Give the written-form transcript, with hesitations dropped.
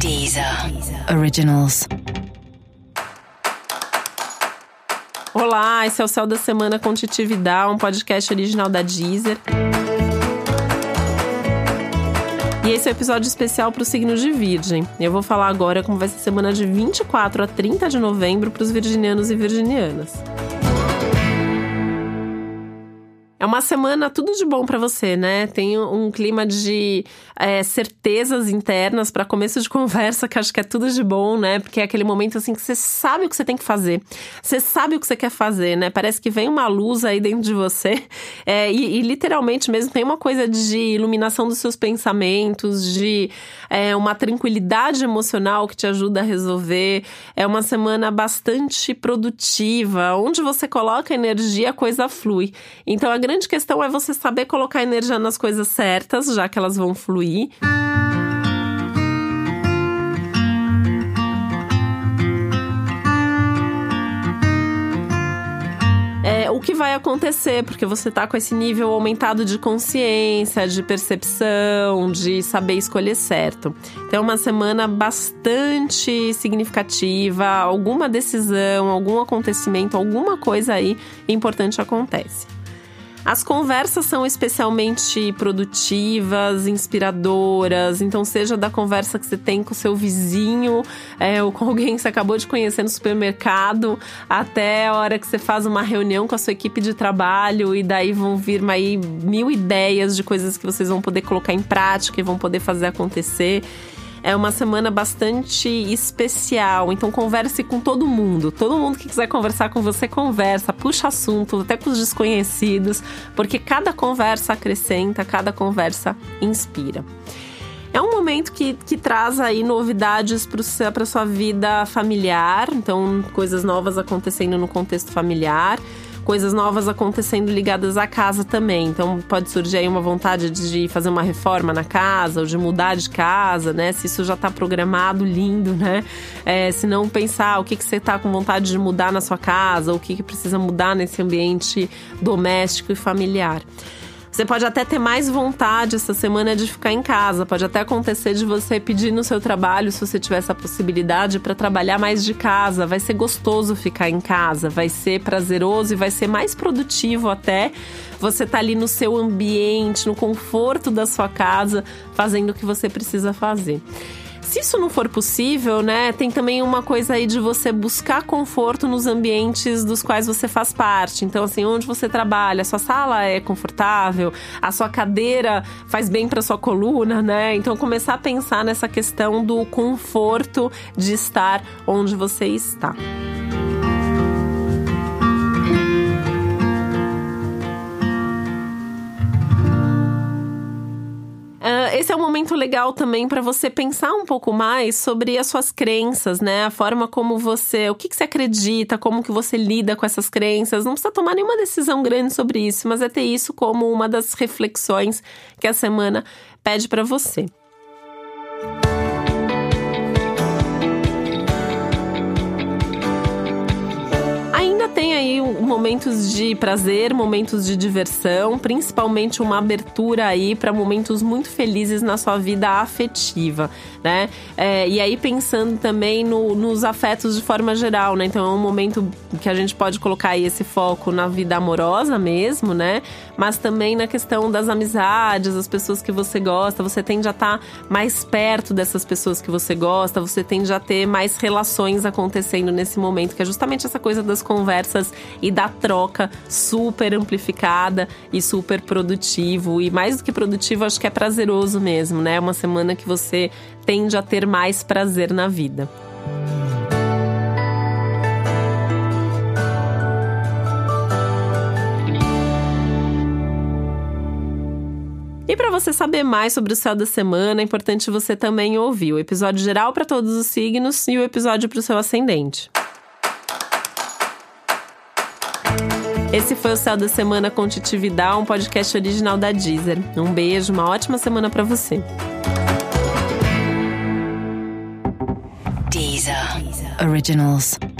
Deezer Originals. Olá, esse é o Céu da Semana com Titi Vidal, um podcast original da Deezer. E esse é o episódio especial para o signo de Virgem. Eu vou falar agora como vai ser a semana de 24 a 30 de novembro para os virginianos e virginianas. É uma semana tudo de bom pra você, né? Tem um clima de certezas internas pra começo de conversa, que acho que é tudo de bom, né? Porque é aquele momento assim que você sabe o que você tem que fazer. Você sabe o que você quer fazer, né? Parece que vem uma luz aí dentro de você. E literalmente mesmo tem uma coisa de iluminação dos seus pensamentos, de uma tranquilidade emocional que te ajuda a resolver. É uma semana bastante produtiva. Onde você coloca energia, a coisa flui. Então, a grande questão é você saber colocar energia nas coisas certas, já que elas vão fluir. O que vai acontecer, porque você tá com esse nível aumentado de consciência, de percepção, de saber escolher certo. Então é uma semana bastante significativa, alguma decisão, algum acontecimento, alguma coisa aí importante acontece. As conversas são especialmente produtivas, inspiradoras, então seja da conversa que você tem com o seu vizinho, ou com alguém que você acabou de conhecer no supermercado, até a hora que você faz uma reunião com a sua equipe de trabalho e daí vão vir aí 1000 ideias de coisas que vocês vão poder colocar em prática e vão poder fazer acontecer. É uma semana bastante especial, então converse com todo mundo. Todo mundo que quiser conversar com você, conversa, puxa assunto, até com os desconhecidos, porque cada conversa acrescenta, cada conversa inspira. É um momento que traz aí novidades para sua vida familiar, então coisas novas acontecendo no contexto familiar. Coisas novas acontecendo ligadas à casa também. Então pode surgir aí uma vontade de fazer uma reforma na casa ou de mudar de casa, né? Se isso já tá programado, lindo, né? Se não pensar o que você tá com vontade de mudar na sua casa, o que precisa mudar nesse ambiente doméstico e familiar. Você pode até ter mais vontade essa semana de ficar em casa. Pode até acontecer de você pedir no seu trabalho, se você tiver essa possibilidade, para trabalhar mais de casa. Vai ser gostoso ficar em casa, vai ser prazeroso e vai ser mais produtivo até. Você tá ali no seu ambiente, no conforto da sua casa, fazendo o que você precisa fazer. Se isso não for possível, né, tem também uma coisa aí de você buscar conforto nos ambientes dos quais você faz parte. Então, assim, onde você trabalha, a sua sala é confortável, a sua cadeira faz bem para sua coluna, né? Então, começar a pensar nessa questão do conforto de estar onde você está. Esse é um momento legal também para você pensar um pouco mais sobre as suas crenças, né? A forma como você, o que você acredita, como que você lida com essas crenças. Não precisa tomar nenhuma decisão grande sobre isso, mas é ter isso como uma das reflexões que a semana pede para você. Tem aí momentos de prazer, momentos de diversão, principalmente uma abertura aí para momentos muito felizes na sua vida afetiva, né? E aí pensando também nos afetos de forma geral, né? Então é um momento que a gente pode colocar aí esse foco na vida amorosa mesmo, né? Mas também na questão das amizades, as pessoas que você gosta, você tende a estar mais perto dessas pessoas que você gosta, você tende a ter mais relações acontecendo nesse momento, que é justamente essa coisa das conversas e da troca super amplificada e super produtivo. E mais do que produtivo, acho que é prazeroso mesmo, né? É uma semana que você tende a ter mais prazer na vida. E para você saber mais sobre o céu da semana, é importante você também ouvir o episódio geral para todos os signos e o episódio para o seu ascendente. Esse foi o Céu da Semana com Titi Vidal, um podcast original da Deezer. Um beijo, uma ótima semana pra você. Deezer Originals.